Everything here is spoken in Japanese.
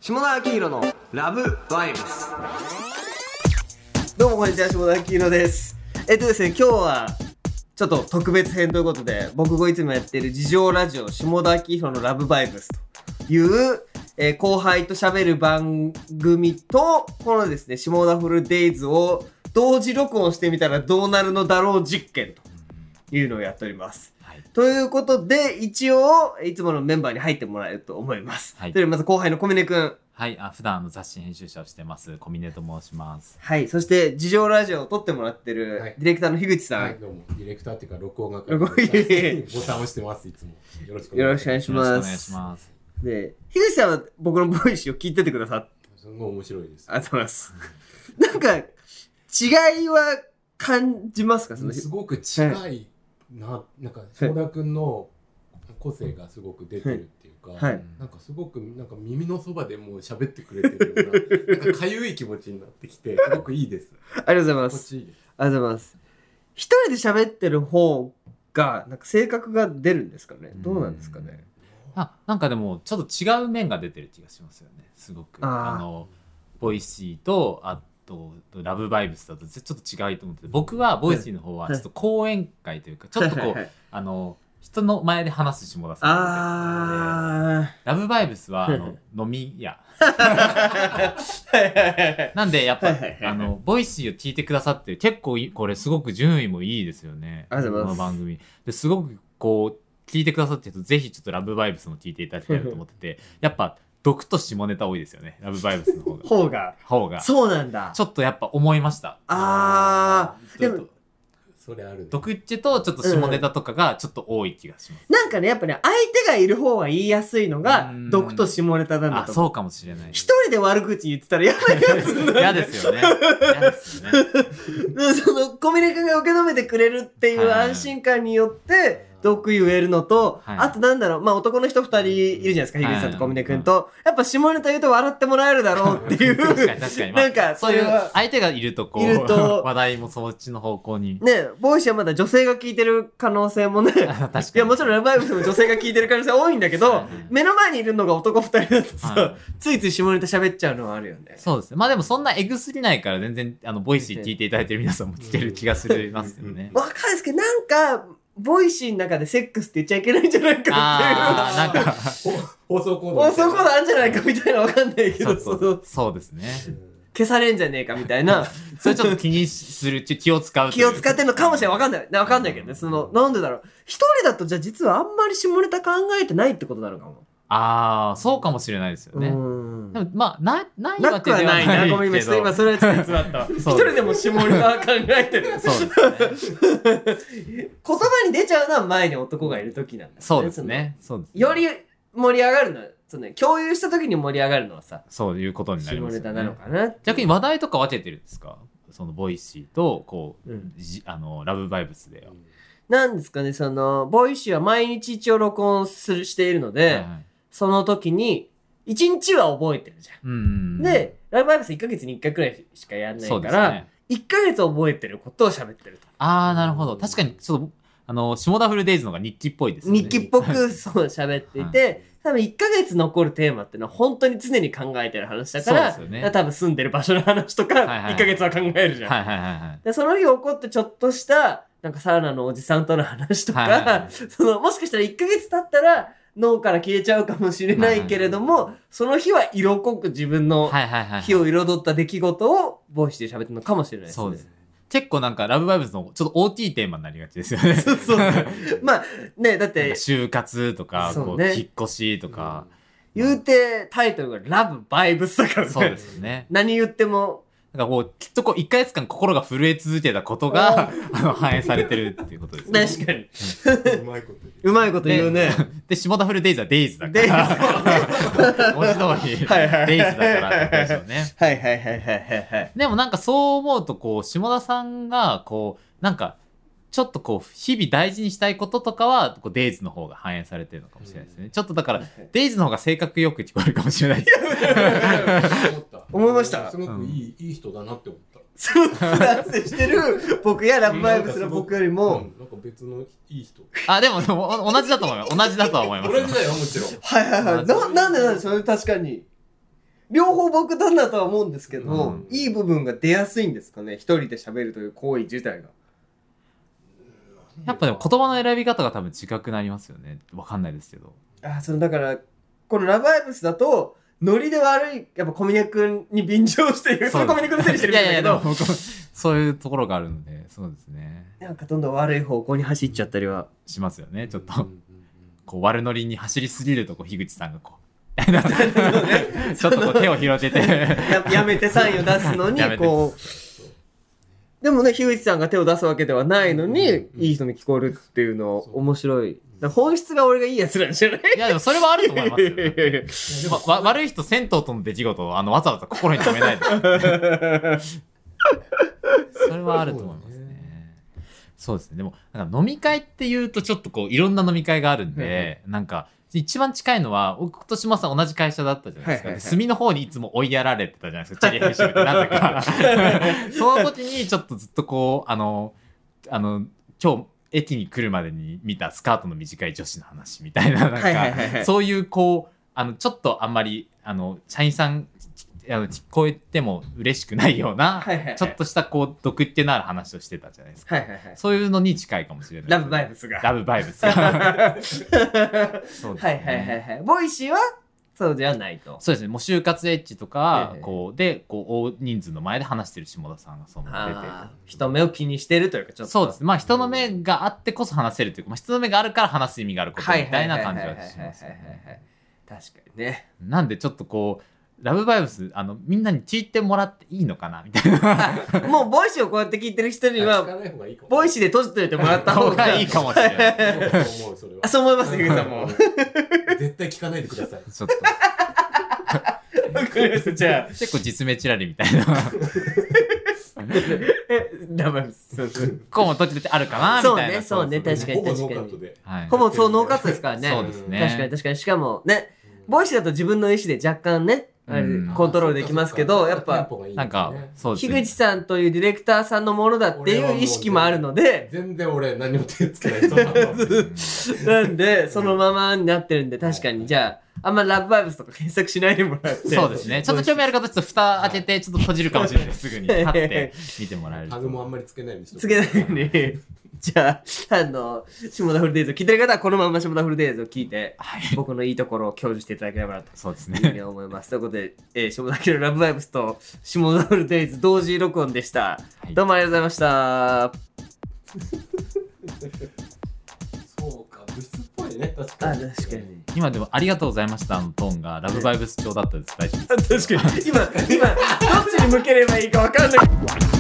下田明宏のラブバイブス。どうもこんにちは、下田明宏です。ですね、今日はちょっと特別編ということで、僕がいつもやっている事情ラジオ下田明宏のラブバイブスという、後輩と喋る番組と、このですね、下田フルデイズを同時録音してみたらどうなるのだろう実験というのをやっております。ということで、一応、いつものメンバーに入ってもらえると思います。はい。それではまず後輩の小峰くん。 はい、普段雑誌編集者をしてます、小峰と申します。 はい、そして、事情ラジオを撮ってもらってる、ディレクターの樋口さん。 はい、どうも。ディレクターっていうか、録音係ボタンを押してます、いつも。よろしくお願いします。 よろしくお願いします。 よろしくお願いします。 で、樋口さんは僕のボイスを聞いててくださって。 すごい面白いです。 ありがとうございます。なんか、違いは感じますか？ すごく近いな、なんか、下田くんの個性がすごく出てるっていうか、 はい、 なんかすごくなんか耳のそばでもう喋ってくれてるような、なんかかゆい気持ちになってきて、すごくいいです。 ありがとうございます。 心地いいです。 ありがとうございます。一人で喋ってる方が、なんか性格が出るんですかね？どうなんですかね？ なんかでも、ちょっと違う面が出てる気がしますよね。すごく。ボイシーと、あと、ラブバイブスだとちょっと違いと思ってて、僕はボイシーの方はちょっと講演会というか、ちょっとこう、人の前で話す下田さん。ラブバイブスは、飲み屋。なんで、やっぱ、ボイシーを聞いてくださって、結構、これすごく順位もいいですよね。この番組。ですごく、こう、聞いてくださってると、ぜひちょっとラブバイブスも聞いていただきたいなと思ってて、やっぱ、毒と下ネタ多いですよね。ラブバイブスの方が。方が。 そうなんだ。 ちょっとやっぱ思いました。 でも、 それあるね。 毒っちとちょっと下ネタとかがちょっと多い気がします。 なんかね、やっぱね、相手がいる方が言いやすいのが、毒と下ネタなんだと思う。 そうかもしれない。 一人で悪口言ってたら嫌なやつなんだ。 嫌ですよね。嫌ですよね。 その、小峰君が受け止めてくれるっていう安心感によって、毒言えるのと、あとなんだろう、まあ男の人二人いるじゃないですか、樋口さんと小峰君と。やっぱ下ネタ言うと笑ってもらえるだろうっていう。 確かに確かに。 なんか、 そういう相手がいるとこう、話題もそっちの方向に。 ね、ボイシーはまだ女性が聞いてる可能性もね。確かに。いや、もちろんラブバイブスも女性が聞いてる可能性多いんだけど、目の前にいるのが男二人だとさ、ついつい下ネタ喋っちゃうのはあるよね。 そうですね。まあでもそんなエグすぎないから全然、ボイシー聞いていただいてる皆さんも聞ける気がするますよね。 わかるんですけど、なんか、ボイシーの中でセックスって言っちゃいけないんじゃないかっていう。 なんか、 放送コード。 放送コードあるんじゃないかみたいなわかんないけど、 そうですね。 消されんじゃねえかみたいな。 それちょっと気にする、気を使う。 気を使ってんのかもしれない。わかんない。わかんないけどね。なんでだろう。一人だとじゃあ実はあんまり下ネタ考えてないってことなのかも。 そうかもしれないですよね。でもまあ、ないわけではないな。ごめん、今それはちょっと詰まった。一人でも下ネタ考えてる。 そうですね。 言葉に出ちゃうのは前に男がいる時なんだ。 そうですね。 より盛り上がるのは、共有した時に盛り上がるのはさ。 そういうことになりますよね。 下ネタなのかな。 逆に話題とか分けてるんですか？そのボイシーと、こう、ラブバイブスでは。 なんですかね、ボイシーは毎日一応録音しているので、その時に、1日は覚えてるじゃん。で、ライブバイブス1ヶ月に1回くらいしかやんないから、1ヶ月覚えてることを喋ってると。 なるほど。確かに、下田フルデイズの方が日記っぽいですね。 日記っぽくそう喋っていて、多分1ヶ月残るテーマっていうのは本当に常に考えてる話だから、多分住んでる場所の話とか、1ヶ月は考えるじゃん。で、その日起こってちょっとした、なんかサウナのおじさんとの話とか、もしかしたら1ヶ月経ったら、脳から消えちゃうかもしれないけれども、その日は色濃く自分の日を彩った出来事をボイスで喋ってるのかもしれないですね。そうです。 結構なんかラブバイブスのちょっと OT テーマになりがちですよね。 そう。まあね、だって。 就活とか、引っ越しとか。 言うてタイトルがラブバイブスだからね。 そうですね。 何言っても。 なんかこう、きっと1ヶ月間心が震え続けたことが、反映されてるっていうことですね。 確かに。うまいこと言うね。 で、下田フルデイズはデイズだから。文字通り、デイズだからってことでしょうね。 はい。 でもなんかそう思うと、こう、下田さんが、こう、なんか、ちょっとこう、日々大事にしたいこととかは、こうデイズの方が反映されてるのかもしれないですね。ちょっとだから、デイズの方が性格よく聞こえるかもしれないです。 思いました。 すごくいい人だなって思った。 フランスしてる僕やラブバイブスの僕よりも、 なんか別のいい人。 でも同じだと思います。同じだとは思います。 同じだよ、もちろん。 はい。なんでそれ確かに。 両方僕なんだとは思うんですけど、 うん、 いい部分が出やすいんですかね、一人で喋るという行為自体が。 やっぱでも言葉の選び方が多分違くなりますよね。わかんないですけど。 だからこのラブアイブスだとノリで悪いやっぱ小峰君に便乗している、それ小峰君のせいにしてるんだけど、 そういうところがあるので、そうですね。 なんかどんどん悪い方向に走っちゃったりはしますよね。ちょっとこう悪ノリに走りすぎると樋口さんがこうちょっとこう手を広げてやめてサインを出すのにこう、でもね樋口さんが手を出すわけではないのに、いい人に聞こえるっていうの面白い。本質が俺がいいやつなんじゃない？いやでもそれはあると思いますよ。悪い人銭湯との出来事をわざわざ心に留めないでそれはあると思いますね。そうですね。でもなんか飲み会っていうとちょっとこういろんな飲み会があるんで、なんか一番近いのは僕と島さん同じ会社だったじゃないですか。で隅の方にいつも追いやられてたじゃないですか。チェリー編集部ってなんだかその時にちょっとずっとこう今日駅に来るまでに見たスカートの短い女子の話みたいな、なんかそういうこうちょっとあんまり社員さん聞こえても嬉しくないような、ちょっとしたこう毒気のある話をしてたじゃないですか。そういうのに近いかもしれない。 ラブバイブスがそうですね。ボイシーはそうではないと。 そうですね。もう就活エッジとか、こう大人数の前で話してる下田さんがその出て、 人目を気にしてるというか、ちょっとそうですね。まあ人の目があってこそ話せるというか、まあ、人の目があるから話す意味があることみたいな感じはしますね。 確かにね。 なんでちょっとこうラブバイブスみんなに聞いてもらっていいのかなみたいな。 もうボイシーをこうやって聞いてる人にはボイシーで閉じておいてもらった方がいいかもしれない。そう思いますね、さんも。 絶対聞かないでください。 ちょっと。 わかりました。じゃあ結構実名チラリみたいな。 ラブバイブス。 こうも時々あるかなみたいな。 そうね、確かに確かに。 ほぼそうノーカットですからね。 そうですね。 確かにしかもね、ボイシーだと自分の意思で若干ね。コントロールできますけど、やっぱなんかそうですね、樋口さんというディレクターさんのものだっていう意識もあるので、 全然俺何も手つけないなんでそのままになってるんで、確かにじゃああんまラブバイブスとか検索しないでもらって、 そうですね。ちょっと興味ある方ちょっと蓋開けてちょっと閉じるかもしれないです。すぐにパッて見てもらえる。 タグもあんまりつけないようにして。 つけないように。じゃあ下田フルデイズを聞いてる方はこのまま下田フルデイズを聞いて、僕のいいところを享受していただければなと、 そうですね。 思います。ということで、下田家のラブバイブスと下田フルデイズ同時録音でした。どうもありがとうございました。 そうか、物質っぽいね。確かに。 今でもありがとうございましたのトーンがラブバイブス調だったです。大丈夫です。 確かに。今どっちに向ければいいか分かんない。